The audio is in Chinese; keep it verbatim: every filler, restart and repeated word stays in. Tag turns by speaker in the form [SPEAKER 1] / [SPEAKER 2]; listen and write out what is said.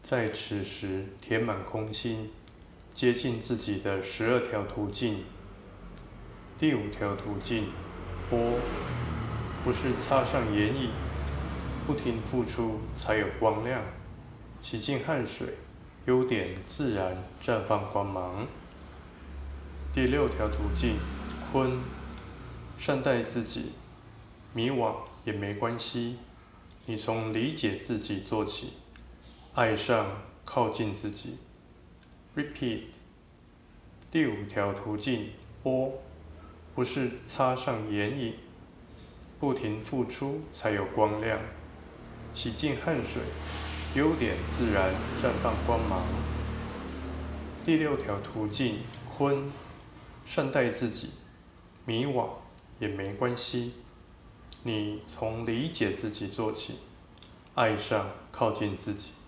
[SPEAKER 1] 在此时填满空心，接近自己的十二条途径。第五条途径，波，不是擦上眼影，不停付出才有光亮，洗净汗水，优点自然绽放光芒。第六条途径，坤，善待自己，迷惘也没关系，你从理解自己做起，爱上靠近自己。Repeat。第五条途径，波，不是擦上眼影，不停付出才有光亮，洗净汗水，优点自然绽放光芒。第六条途径，坤，善待自己，迷惘也没关系，你从理解自己做起，爱上靠近自己。